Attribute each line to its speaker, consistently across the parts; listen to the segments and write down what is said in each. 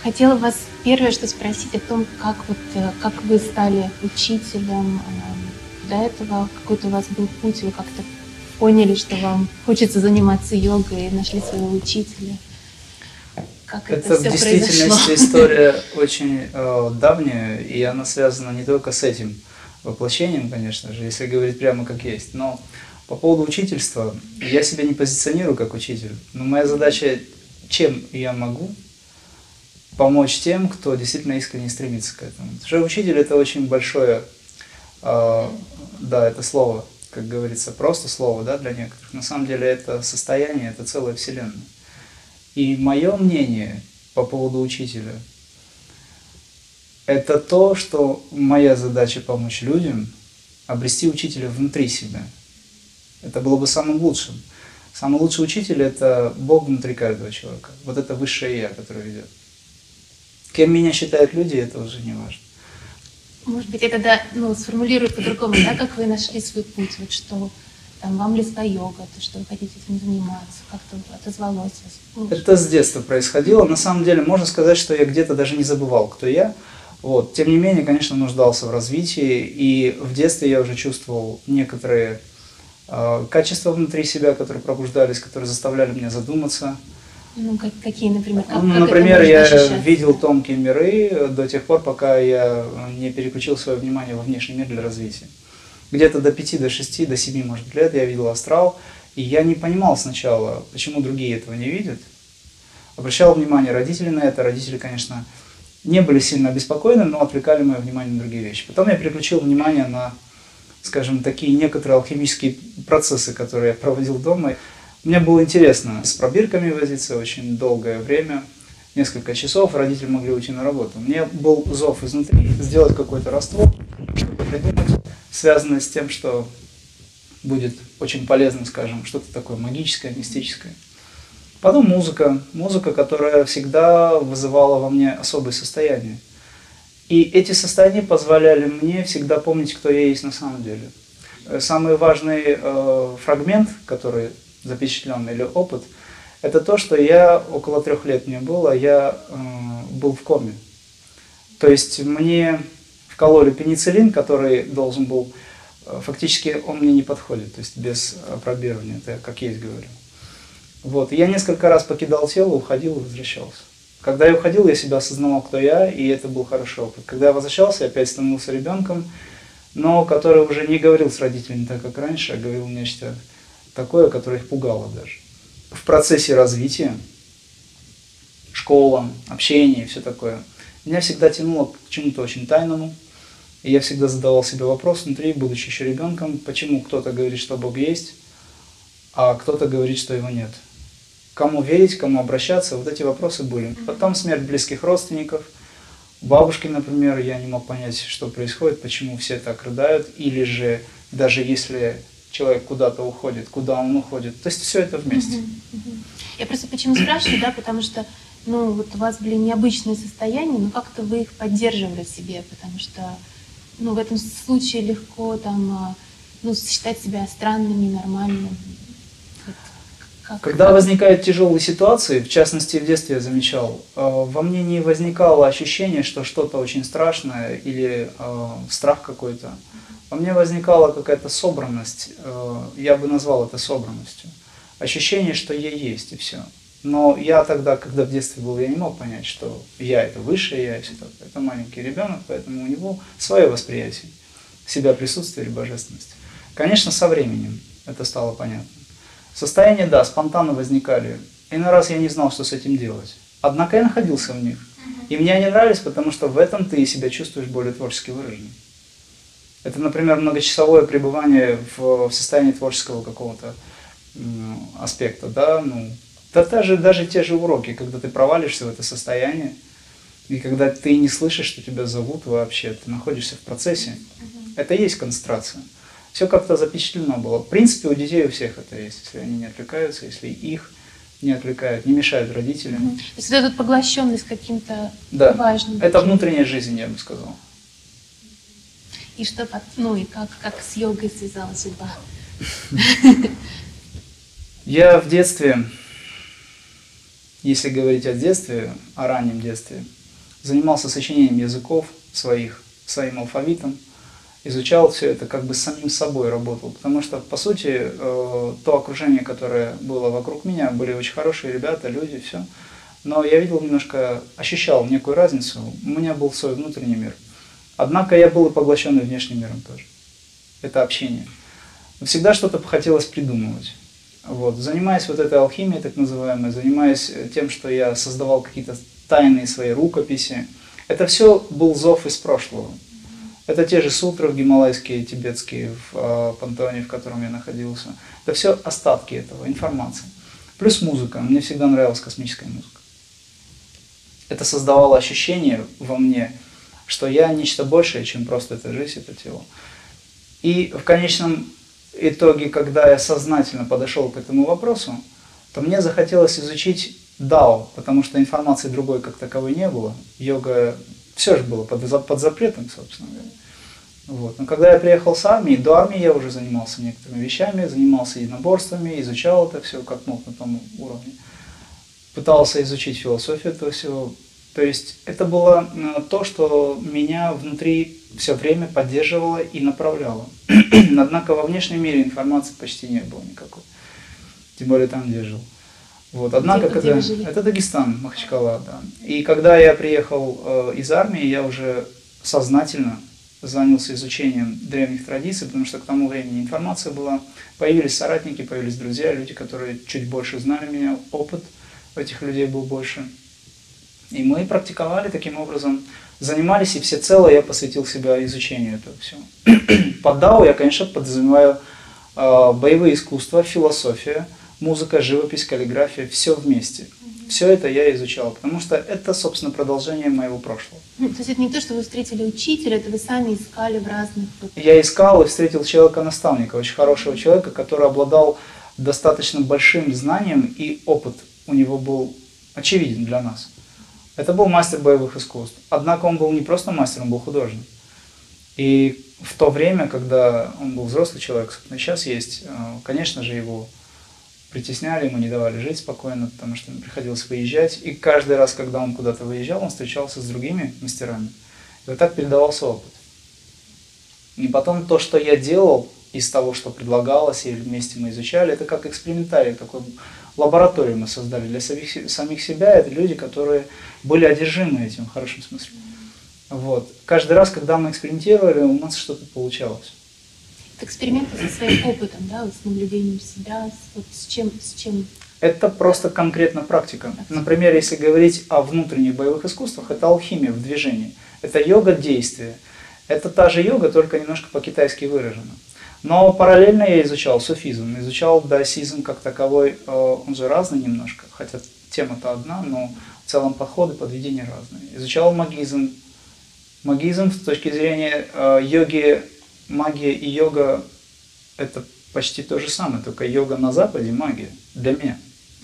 Speaker 1: Хотела вас первое что спросить о том, как вы стали учителем. До этого какой-то у вас был путь, вы как-то поняли, что вам хочется заниматься йогой, и нашли своего учителя. Как это все
Speaker 2: в действительности
Speaker 1: произошло?
Speaker 2: история очень давняя, и она связана не только с этим воплощением, конечно же, если говорить прямо как есть. Но по поводу учительства, я себя не позиционирую как учитель, но моя задача, чем я могу помочь тем, кто действительно искренне стремится к этому. Потому что учитель — это очень большое, да, это слово, как говорится, просто слово, да, для некоторых. На самом деле это состояние, это целая вселенная. И мое мнение по поводу учителя — это то, что моя задача помочь людям обрести учителя внутри себя. Это было бы самым лучшим. Самый лучший учитель — это Бог внутри каждого человека. Вот это высшее Я, которое ведет. Кем меня считают люди, это уже не важно.
Speaker 1: Может быть, я тогда сформулирую по-другому, да, как вы нашли свой путь, вот что там вам близка йога, то, что вы хотите этим заниматься, как-то отозвалось вас.
Speaker 2: Это с детства происходило. На самом деле, можно сказать, что я где-то даже не забывал, кто я. Вот. Тем не менее, конечно, нуждался в развитии, и в детстве я уже чувствовал некоторые качества внутри себя, которые пробуждались, которые заставляли меня задуматься.
Speaker 1: Какие, например?
Speaker 2: Например, я видел тонкие миры до тех пор, пока я не переключил свое внимание во внешний мир для развития. Где-то до 5, до 6, до 7, может быть, лет я видел астрал, и я не понимал сначала, почему другие этого не видят. Обращал внимание родителей на это. Родители, конечно, не были сильно обеспокоены, но отвлекали мое внимание на другие вещи. Потом я переключил внимание на, скажем, такие некоторые алхимические процессы, которые я проводил дома. Мне было интересно с пробирками возиться очень долгое время, несколько часов, родители могли уйти на работу. Мне был зов изнутри сделать какой-то раствор, чтобы придумать, связанное с тем, что будет очень полезным, скажем, что-то такое магическое, мистическое. Потом музыка, которая всегда вызывала во мне особые состояния. И эти состояния позволяли мне всегда помнить, кто я есть на самом деле. Самый важный фрагмент, который запечатлен, или опыт, это то, что я около 3 лет мне было, я был в коме. То есть мне вкололи пенициллин, который должен был, фактически он мне не подходит, то есть без апробирования, это я как есть говорю. Вот. Я несколько раз покидал тело, уходил и возвращался. Когда я уходил, я себя осознавал, кто я, и это был хороший опыт. Когда я возвращался, я опять становился ребенком, но который уже не говорил с родителями так, как раньше, а говорил нечто такое, которое их пугало даже. В процессе развития, школа, общение и все такое, меня всегда тянуло к чему-то очень тайному, и я всегда задавал себе вопрос внутри, будучи еще ребенком, почему кто-то говорит, что Бог есть, а кто-то говорит, что его нет. Кому верить, кому обращаться, вот эти вопросы были. Потом смерть близких родственников, бабушки, например, я не мог понять, что происходит, почему все так рыдают, или же даже если человек куда-то уходит, куда он уходит. То есть все это вместе.
Speaker 1: Я просто почему спрашиваю, да, потому что вот у вас были необычные состояния, но как-то вы их поддерживали в себе, потому что в этом случае легко там, считать себя странным, ненормальным.
Speaker 2: Когда возникают тяжелые ситуации, в частности в детстве я замечал, во мне не возникало ощущение, что что-то очень страшное или страх какой-то. Во мне возникала какая-то собранность, я бы назвал это собранностью. Ощущение, что я есть, и все. Но я тогда, когда в детстве был, я не мог понять, что я — это высшее я, и все такое. Это маленький ребенок, поэтому у него свое восприятие себя, присутствия или божественности. Конечно, со временем это стало понятно. Состояния, да, спонтанно возникали. Иной раз я не знал, что с этим делать. Однако я находился в них. И мне они нравились, потому что в этом ты себя чувствуешь более творчески выраженным. Это, например, многочасовое пребывание в состоянии творческого какого-то аспекта, да, даже те же уроки, когда ты провалишься в это состояние, и когда ты не слышишь, что тебя зовут вообще, ты находишься в процессе, это и есть концентрация. Все как-то запечатлено было. В принципе, у детей у всех это есть, если они не отвлекаются, если их не отвлекают, не мешают родителям.
Speaker 1: То есть вот эта поглощенность каким-то важным.
Speaker 2: Это внутренняя жизнь, я бы сказал.
Speaker 1: И что, и как с йогой связалась судьба?
Speaker 2: Я в детстве если говорить о детстве, о раннем детстве, занимался сочинением языков своих, своим алфавитом, изучал все это, как бы с самим собой работал. Потому что, по сути, то окружение, которое было вокруг меня, были очень хорошие ребята, люди, все. Но я видел немножко, ощущал некую разницу. У меня был свой внутренний мир. Однако я был и поглощенный внешним миром тоже. Это общение. Всегда что-то хотелось придумывать. Вот. Занимаясь вот этой алхимией, так называемой, занимаясь тем, что я создавал какие-то тайные свои рукописи, это все был зов из прошлого. Это те же сутры гималайские, тибетские, в пантеоне, в котором я находился. Это все остатки этого, информации. Плюс музыка. Мне всегда нравилась космическая музыка. Это создавало ощущение во мне, что я нечто большее, чем просто эта жизнь, это тело. И в конечном итоге, когда я сознательно подошел к этому вопросу, то мне захотелось изучить дао, потому что информации другой как таковой не было. Йога, все же было под запретом, собственно говоря. Вот. Но когда я приехал с армии, до армии я уже занимался некоторыми вещами, занимался единоборствами, изучал это все как мог на том уровне. Пытался изучить философию этого всего. То есть это было то, что меня внутри все время поддерживало и направляло. Однако во внешнем мире информации почти не было никакой. Тем более там, где я жил. Вот. Однако, когда... Это Дагестан, Махачкала, да. И когда я приехал из армии, я уже сознательно занялся изучением древних традиций, потому что к тому времени информация была, появились соратники, появились друзья, люди, которые чуть больше знали меня, опыт у этих людей был больше. И мы практиковали таким образом, занимались, и всецело я посвятил себя изучению этого всего. Под дао я, конечно, подразумеваю боевые искусства, философия, музыка, живопись, каллиграфия, все вместе. Все это я изучал, потому что это, собственно, продолжение моего прошлого.
Speaker 1: То есть это не то, что вы встретили учителя, это вы сами искали в разных...
Speaker 2: Я искал и встретил человека-наставника, очень хорошего человека, который обладал достаточно большим знанием, и опыт у него был очевиден для нас. Это был мастер боевых искусств. Однако он был не просто мастер, он был художник. И в то время, когда он был взрослый человек, собственно, сейчас есть, конечно же, его притесняли, ему не давали жить спокойно, потому что ему приходилось выезжать. И каждый раз, когда он куда-то выезжал, он встречался с другими мастерами. И вот так передавался опыт. И потом то, что я делал из того, что предлагалось, и вместе мы изучали, это как экспериментарий, такой лабораторию мы создали для самих себя. Это люди, которые были одержимы этим, в хорошем смысле. Вот. Каждый раз, когда мы экспериментировали, у нас что-то получалось.
Speaker 1: Это эксперименты со своим опытом, да, вот с наблюдением себя, вот с чем?
Speaker 2: Это просто конкретно практика. Например, если говорить о внутренних боевых искусствах, это алхимия в движении. Это йога действия. Это та же йога, только немножко по-китайски выражена. Но параллельно я изучал суфизм, изучал даосизм как таковой, он же разный немножко, хотя тема-то одна, но в целом подходы, подведения разные. Изучал магизм. Магизм с точки зрения йоги, магия и йога – это почти то же самое, только йога на Западе, магия для меня.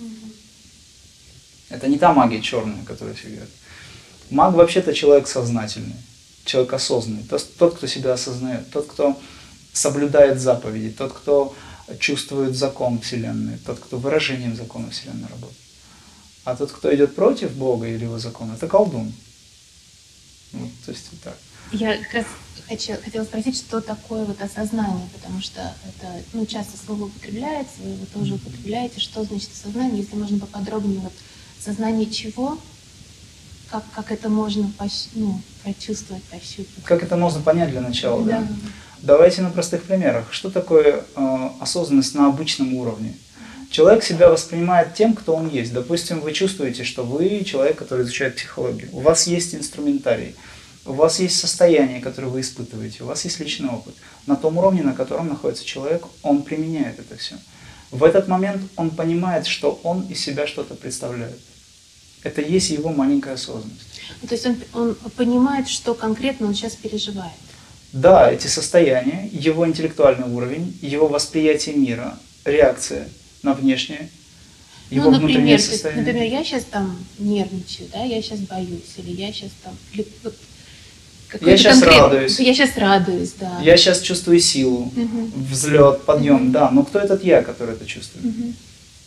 Speaker 2: Это не та магия черная, которую все говорят. Маг вообще-то человек сознательный, человек осознанный, тот, кто себя осознает, тот, кто соблюдает заповеди, тот, кто чувствует закон Вселенной, тот, кто выражением закона Вселенной работает. А тот, кто идет против Бога или его закона, это колдун. Вот, то есть вот так.
Speaker 1: Я как раз хотела спросить, что такое вот осознание, потому что это часто слово употребляется, вы его тоже употребляете. Что значит осознание, если можно поподробнее, вот сознание чего, как это можно прочувствовать, пощупать?
Speaker 2: Как это можно понять для начала?
Speaker 1: Да.
Speaker 2: Да? Давайте на простых примерах. Что такое осознанность на обычном уровне? Человек себя воспринимает тем, кто он есть. Допустим, вы чувствуете, что вы человек, который изучает психологию. У вас есть инструментарий, у вас есть состояние, которое вы испытываете, у вас есть личный опыт. На том уровне, на котором находится человек, он применяет это все. В этот момент он понимает, что он из себя что-то представляет. Это есть его маленькая осознанность.
Speaker 1: То есть он понимает, что конкретно он сейчас переживает.
Speaker 2: Да, эти состояния, его интеллектуальный уровень, его восприятие мира, реакция на внешнее, его внутреннее состояние.
Speaker 1: Например, я сейчас там нервничаю, да, я сейчас боюсь, или я сейчас там...
Speaker 2: Я сейчас радуюсь.
Speaker 1: Я сейчас радуюсь, да.
Speaker 2: Я сейчас чувствую силу, взлет, подъем, да. Но кто этот я, который это чувствует?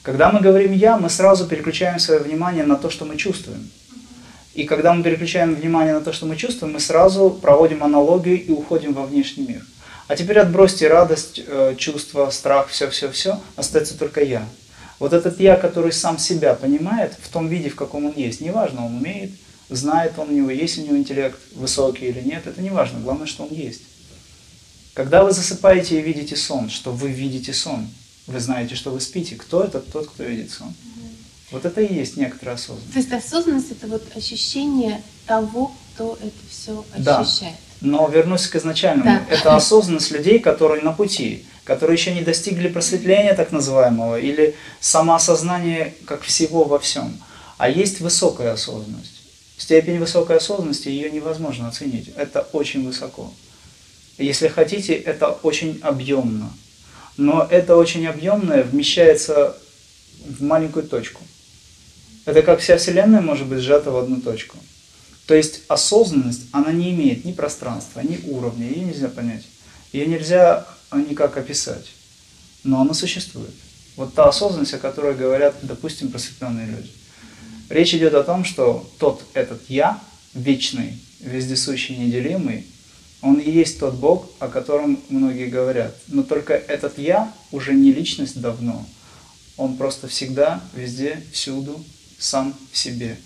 Speaker 2: Когда мы говорим «я», мы сразу переключаем свое внимание на то, что мы чувствуем. И когда мы переключаем внимание на то, что мы чувствуем, мы сразу проводим аналогию и уходим во внешний мир. А теперь отбросьте радость, чувства, страх, все, остается только «я». Вот этот «я», который сам себя понимает в том виде, в каком он есть, неважно, он умеет, знает он, есть у него интеллект высокий или нет, это не важно, главное, что он есть. Когда вы засыпаете и видите сон, что вы видите сон, вы знаете, что вы спите, кто это? Тот, кто видит сон. Вот это и есть некоторая осознанность.
Speaker 1: То есть осознанность — это вот ощущение того, кто это все ощущает.
Speaker 2: Да, но вернусь к изначальному. Да. Это осознанность людей, которые на пути, которые еще не достигли просветления так называемого, или самоосознания как всего во всем. А есть высокая осознанность. Степень высокой осознанности, ее невозможно оценить. Это очень высоко. Если хотите, это очень объемно. Но это очень объемное вмещается в маленькую точку. Это как вся Вселенная может быть сжата в одну точку. То есть осознанность, она не имеет ни пространства, ни уровня, ее нельзя понять. Ее нельзя никак описать. Но она существует. Вот та осознанность, о которой говорят, допустим, просветленные люди. Речь идет о том, что этот «я», вечный, вездесущий, неделимый, он и есть тот Бог, о котором многие говорят. Но только этот «я» уже не личность давно. Он просто всегда, везде, всюду, сам в себе.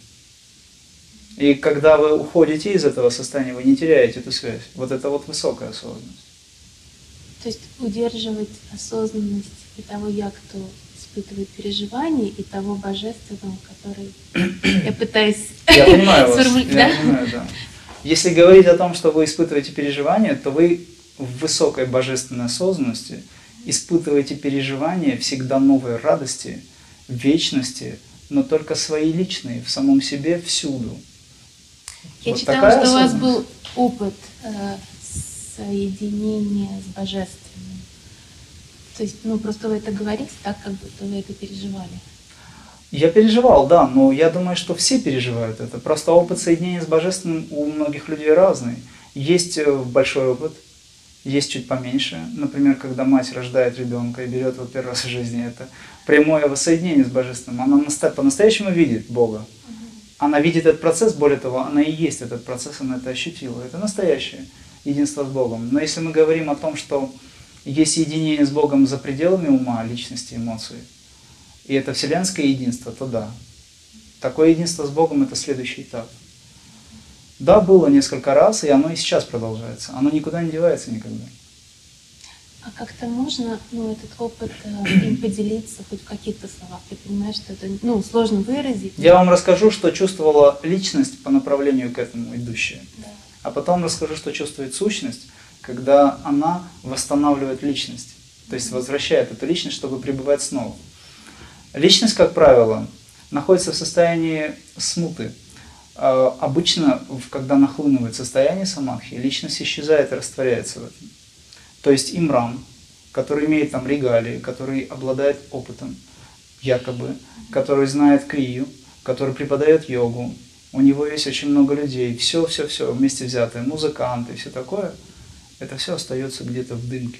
Speaker 2: И когда вы уходите из этого состояния, вы не теряете эту связь. Вот это вот высокая осознанность.
Speaker 1: То есть удерживать осознанность и того «я», кто испытывает переживания, и того божественного, который я пытаюсь
Speaker 2: сформулировать. Я понимаю, да. Если говорить о том, что вы испытываете переживания, то вы в высокой божественной осознанности испытываете переживания всегда новой радости, вечности, но только свои личные, в самом себе, всюду.
Speaker 1: Я читала, что у вас был опыт соединения с божественным. То есть, просто вы это говорите так, как будто вы это переживали.
Speaker 2: Я переживал, да, но я думаю, что все переживают это. Просто опыт соединения с Божественным у многих людей разный. Есть большой опыт, есть чуть поменьше. Например, когда мать рождает ребенка и берет его первый раз в жизни, это прямое воссоединение с Божественным. Она по-настоящему видит Бога. Она видит этот процесс, более того, она и есть этот процесс, она это ощутила. Это настоящее единство с Богом. Но если мы говорим о том, что есть единение с Богом за пределами ума, личности, эмоций, и это вселенское единство, то да. Такое единство с Богом — это следующий этап. Да, было несколько раз, и оно и сейчас продолжается. Оно никуда не девается никогда.
Speaker 1: А как-то можно, этот опыт им поделиться хоть в каких-то словах? Я понимаю, что это, сложно выразить.
Speaker 2: Я вам расскажу, что чувствовала личность по направлению к этому идущая. Да. А потом расскажу, что чувствует сущность, когда она восстанавливает личность. То есть возвращает эту личность, чтобы пребывать снова. Личность, как правило, находится в состоянии смуты. Обычно, когда нахлынывает состояние самадхи, личность исчезает и растворяется в этом. То есть имрам, который имеет там регалии, который обладает опытом, якобы, который знает крию, который преподает йогу, у него есть очень много людей, все вместе взятое, музыканты, все такое, это все остается где-то в дымке.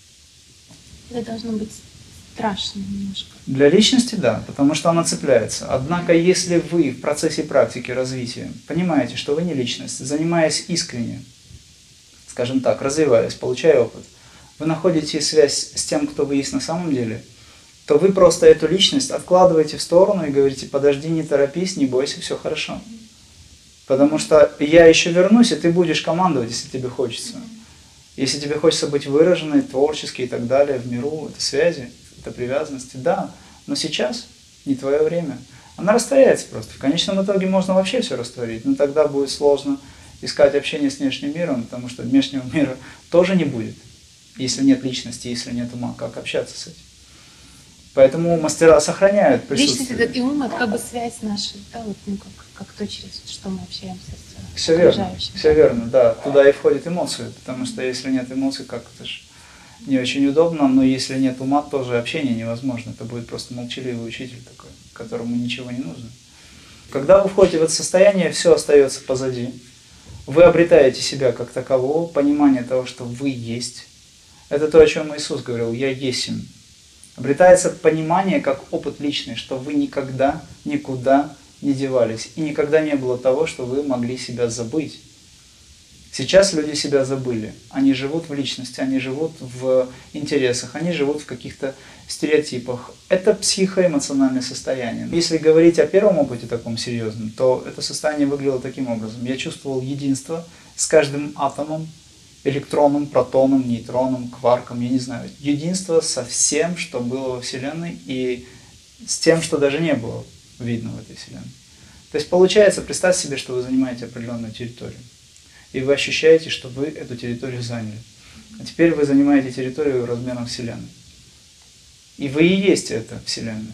Speaker 1: Это должно быть страшно немножко.
Speaker 2: Для личности да, потому что она цепляется. Однако, если вы в процессе практики развития понимаете, что вы не личность, занимаясь искренне, скажем так, развиваясь, получая опыт, вы находите связь с тем, кто вы есть на самом деле, то вы просто эту личность откладываете в сторону и говорите: подожди, не торопись, не бойся, все хорошо. Потому что я еще вернусь, и ты будешь командовать, если тебе хочется. Если тебе хочется быть выраженной, творчески и так далее в миру, это связи, это привязанности, да, но сейчас не твое время. Она растворяется просто. В конечном итоге можно вообще все растворить, но тогда будет сложно искать общение с внешним миром, потому что внешнего мира тоже не будет, если нет личности, если нет ума, как общаться с этим. Поэтому мастера сохраняют присутствие.
Speaker 1: Личность это и ум, это как бы связь наша, да, вот, как то, через что мы общаемся с
Speaker 2: все верно, все верно, да. Туда и входят эмоции, потому что если нет эмоций, как это же не очень удобно, но если нет ума, тоже общение невозможно. Это будет просто молчаливый учитель такой, которому ничего не нужно. Когда вы входите в это состояние, все остается позади. Вы обретаете себя как такового, понимание того, что вы есть. Это то, о чем Иисус говорил: «Я есмь». Обретается понимание как опыт личный, что вы никогда никуда не девались. И никогда не было того, что вы могли себя забыть. Сейчас люди себя забыли. Они живут в личности, они живут в интересах, они живут в каких-то стереотипах. Это психоэмоциональное состояние. Если говорить о первом опыте таком серьезном, то это состояние выглядело таким образом. Я чувствовал единство с каждым атомом, электроном, протоном, нейтроном, кварком, я не знаю. Единство со всем, что было во Вселенной, и с тем, что даже не было видно в этой Вселенной. То есть получается, представьте себе, что вы занимаете определенную территорию. И вы ощущаете, что вы эту территорию заняли. А теперь вы занимаете территорию размером Вселенной. И вы и есть эта Вселенная.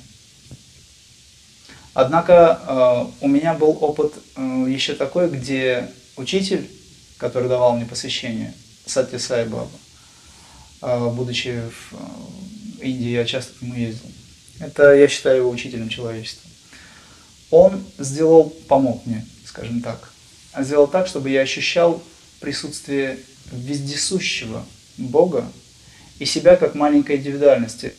Speaker 2: Однако у меня был опыт еще такой, где учитель, который давал мне посвящение, Сатья Сай Баба, будучи в Индии, я часто к нему ездил. Это, я считаю его учителем человечества. Он помог мне, скажем так, сделал так, чтобы я ощущал присутствие вездесущего Бога и себя как маленькой индивидуальности.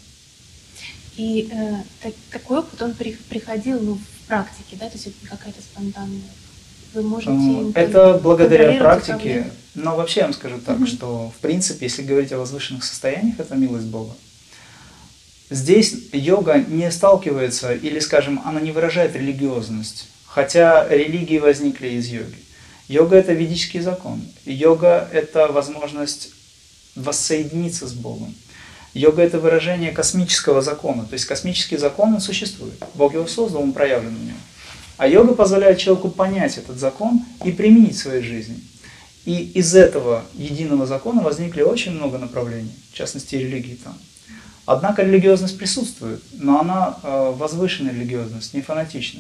Speaker 1: И такой опыт, он приходил в практике, да, то есть это какая-то спонтанная. Вы можете...
Speaker 2: Это благодаря практике, но вообще я вам скажу так, что в принципе, если говорить о возвышенных состояниях, это милость Бога. Здесь йога не сталкивается, или, скажем, она не выражает религиозность, хотя религии возникли из йоги. Йога – это ведический закон. Йога – это возможность воссоединиться с Богом. Йога – это выражение космического закона. То есть космический закон, он существует. Бог его создал, он проявлен в нем. А йога позволяет человеку понять этот закон и применить в своей жизни. И из этого единого закона возникли очень много направлений, в частности религии там. Однако религиозность присутствует, но она возвышенная религиозность, не фанатичная.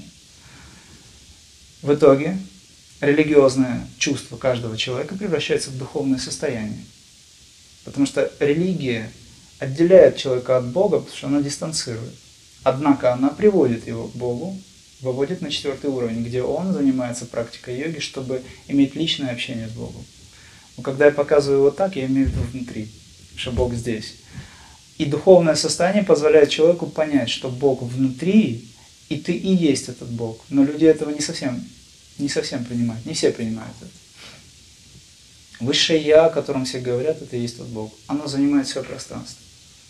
Speaker 2: В итоге религиозное чувство каждого человека превращается в духовное состояние. Потому что религия отделяет человека от Бога, потому что она дистанцирует. Однако она приводит его к Богу, выводит на 4-й уровень, где он занимается практикой йоги, чтобы иметь личное общение с Богом. Но когда я показываю его так, я имею в виду внутри, что Бог здесь. И духовное состояние позволяет человеку понять, что Бог внутри, и ты и есть этот Бог. Но люди этого не совсем принимают, не все принимают это. Высшее Я, о котором все говорят, это и есть тот Бог. Оно занимает все пространство.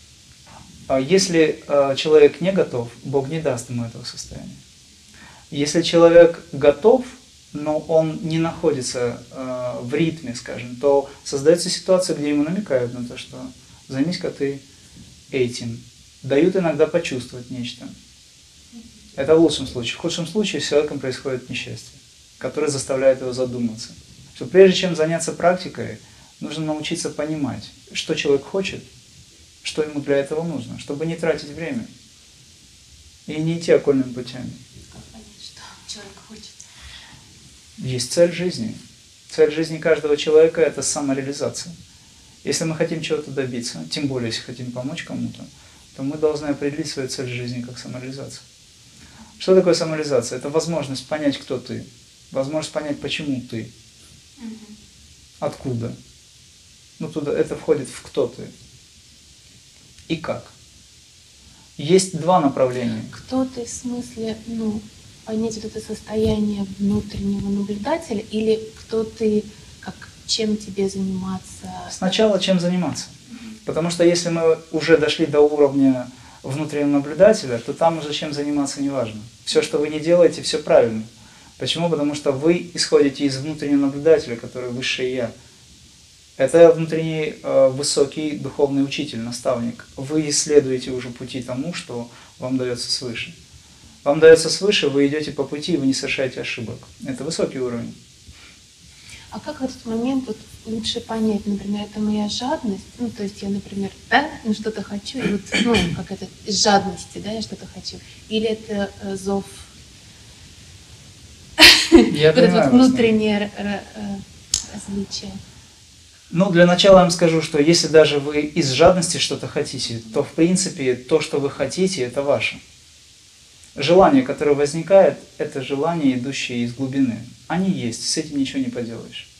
Speaker 2: А если человек не готов, Бог не даст ему этого состояния. Если человек готов, но он не находится в ритме, скажем, то создается ситуация, где ему намекают на то, что займись-ка ты этим. Дают иногда почувствовать нечто. Это в лучшем случае. В худшем случае с человеком происходит несчастье, которое заставляет его задуматься. Что прежде чем заняться практикой, нужно научиться понимать, что человек хочет, что ему для этого нужно, чтобы не тратить время и не идти окольными путями.
Speaker 1: Как понять, что человек хочет?
Speaker 2: Есть цель жизни. Цель жизни каждого человека – это самореализация. Если мы хотим чего-то добиться, тем более, если хотим помочь кому-то, то мы должны определить свою цель жизни как самореализация. Что такое самореализация? Это возможность понять, кто ты, возможность понять, почему ты, откуда. Ну, туда это входит в кто ты и как. Есть два направления.
Speaker 1: Кто ты в смысле, понять вот это состояние внутреннего наблюдателя, или кто ты, чем тебе заниматься?
Speaker 2: Сначала чем заниматься. Потому что если мы уже дошли до уровня внутреннего наблюдателя, то там уже чем заниматься не важно. Все, что вы не делаете, все правильно. Почему? Потому что вы исходите из внутреннего наблюдателя, который высшее Я. Это внутренний высокий духовный учитель, наставник. Вы исследуете уже пути тому, что вам дается свыше. Вам дается свыше, вы идете по пути, и вы не совершаете ошибок. Это высокий уровень.
Speaker 1: А как в этот момент лучше понять, например, это моя жадность, то есть я, например, что-то хочу, и как это из жадности, я что-то хочу, или это зов, это внутреннее различие?
Speaker 2: Для начала я вам скажу, что если даже вы из жадности что-то хотите, то в принципе то, что вы хотите, это ваше. Желание, которое возникает, это желание, идущее из глубины. Они есть, с этим ничего не поделаешь.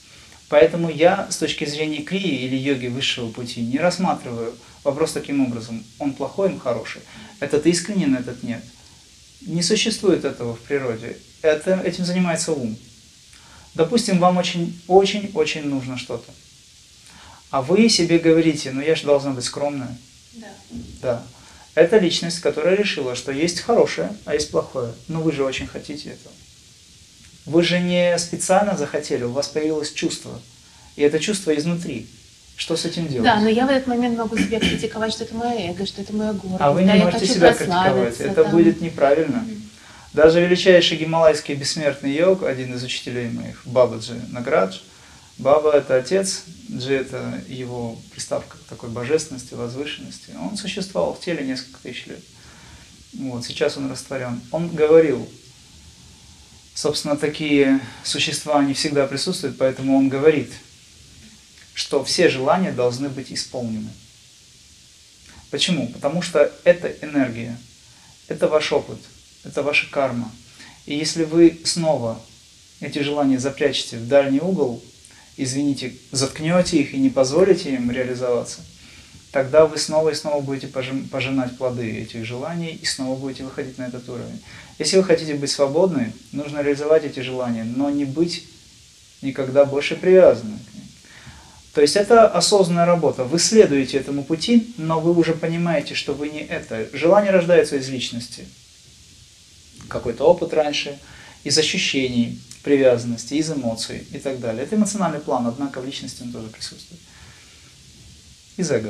Speaker 2: Поэтому я с точки зрения крии или йоги высшего пути не рассматриваю вопрос таким образом, он плохой, он хороший. Этот искренен, этот нет. Не существует этого в природе. Этим занимается ум. Допустим, вам очень нужно что-то. А вы себе говорите, ну я же должна быть скромная.
Speaker 1: Да.
Speaker 2: Да. Это личность, которая решила, что есть хорошее, а есть плохое. Но вы же очень хотите этого. Вы же не специально захотели, у вас появилось чувство. И это чувство изнутри. Что с этим делать?
Speaker 1: Да, но я в этот момент могу себя критиковать, что это мое эго, что это мое гордость.
Speaker 2: А вы не можете себя критиковать. Это будет неправильно. Даже величайший гималайский бессмертный йог, один из учителей моих, Бабаджи Наградж, Баба – это отец, Джи – это его приставка к такой божественности, возвышенности. Он существовал в теле несколько тысяч лет. Вот, сейчас он растворен. Он говорил, собственно, такие существа не всегда присутствуют, поэтому он говорит, что все желания должны быть исполнены. Почему? Потому что это энергия, это ваш опыт, это ваша карма. И если вы снова эти желания запрячете в дальний угол, извините, заткнете их и не позволите им реализоваться, тогда вы снова и снова будете пожинать плоды этих желаний и снова будете выходить на этот уровень. Если вы хотите быть свободны, нужно реализовать эти желания, но не быть никогда больше привязанным к ним. То есть это осознанная работа. Вы следуете этому пути, но вы уже понимаете, что вы не это. Желание рождается из личности. Какой-то опыт раньше, из ощущений, привязанности, из эмоций и так далее. Это эмоциональный план, однако в личности он тоже присутствует. Из эго.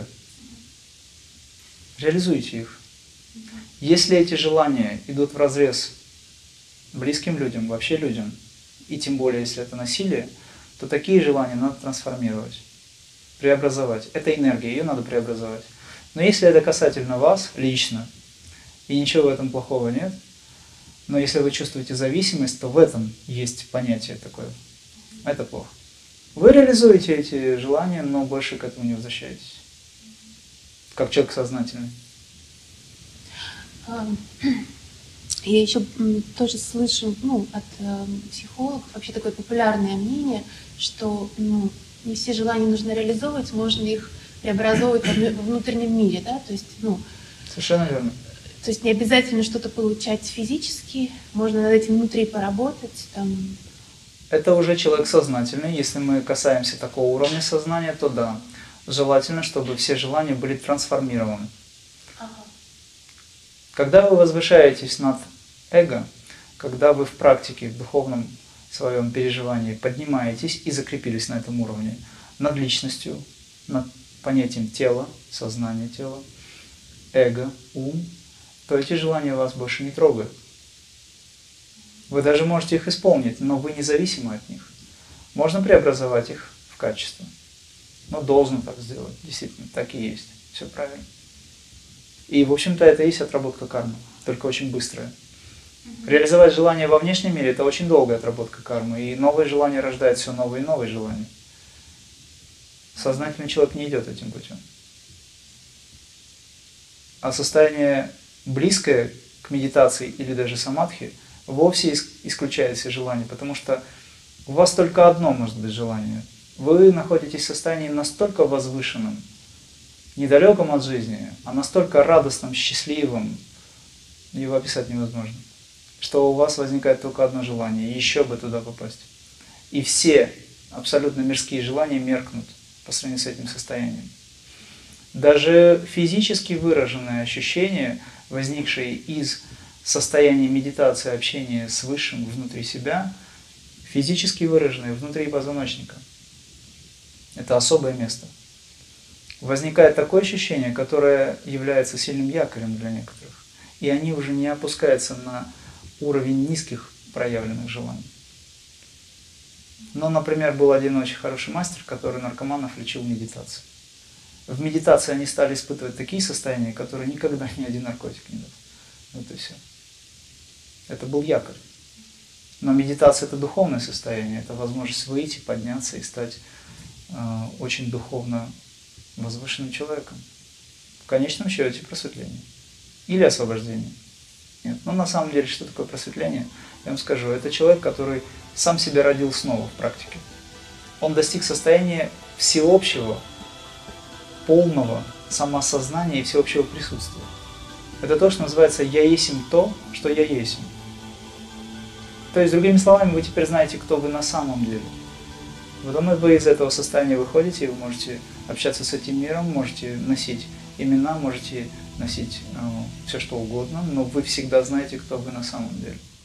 Speaker 2: Реализуйте их. Если эти желания идут вразрез близким людям, вообще людям, и тем более, если это насилие, то такие желания надо трансформировать, преобразовать. Это энергия, ее надо преобразовать. Но если это касательно вас лично, и ничего в этом плохого нет, но если вы чувствуете зависимость, то в этом есть понятие такое. Это плохо. Вы реализуете эти желания, но больше к этому не возвращаетесь. Как человек сознательный.
Speaker 1: Я еще тоже слышу от психологов вообще такое популярное мнение, что не все желания нужно реализовывать, можно их преобразовывать во внутреннем мире, да, то есть,
Speaker 2: Совершенно верно.
Speaker 1: То есть не обязательно что-то получать физически, можно над этим внутри поработать.
Speaker 2: Это уже человек сознательный. Если мы касаемся такого уровня сознания, то да, желательно, чтобы все желания были трансформированы.
Speaker 1: Ага.
Speaker 2: Когда вы возвышаетесь над эго, когда вы в практике, в духовном своем переживании поднимаетесь и закрепились на этом уровне, над личностью, над понятием тела, сознания тела, эго, ум, то эти желания вас больше не трогают. Вы даже можете их исполнить, но вы независимы от них. Можно преобразовать их в качество. Но должен так сделать. Действительно, так и есть. Все правильно. И, в общем-то, это и есть отработка кармы, только очень быстрая. Реализовать желание во внешнем мире – это очень долгая отработка кармы, и новые желания рождают все новые и новые желания. Сознательный человек не идет этим путем. А состояние близкое к медитации или даже самадхи вовсе исключает все желания, потому что у вас только одно может быть желание. Вы находитесь в состоянии настолько возвышенном, недалеком от жизни, а настолько радостном, счастливым, его описать невозможно, что у вас возникает только одно желание, еще бы туда попасть. И все абсолютно мирские желания меркнут по сравнению с этим состоянием. Даже физически выраженные ощущения, возникшие из состояния медитации, общения с Высшим внутри себя, физически выраженные внутри позвоночника. Это особое место. Возникает такое ощущение, которое является сильным якорем для некоторых. И они уже не опускаются на уровень низких проявленных желаний. Но, например, был один очень хороший мастер, который наркоманов лечил медитацией. В медитации они стали испытывать такие состояния, которые никогда ни один наркотик не даст. Вот и все. Это был якорь. Но медитация – это духовное состояние, это возможность выйти, подняться и стать очень духовно возвышенным человеком. В конечном счете просветление. Или освобождение. Нет. Но на самом деле, что такое просветление? Я вам скажу, это человек, который сам себя родил снова в практике. Он достиг состояния всеобщего, полного самоосознания и всеобщего присутствия. Это то, что называется «я есмь то, что я есмь». То есть, другими словами, вы теперь знаете, кто вы на самом деле. Потом вы из этого состояния выходите, и вы можете общаться с этим миром, можете носить имена, можете носить все что угодно, но вы всегда знаете, кто вы на самом деле.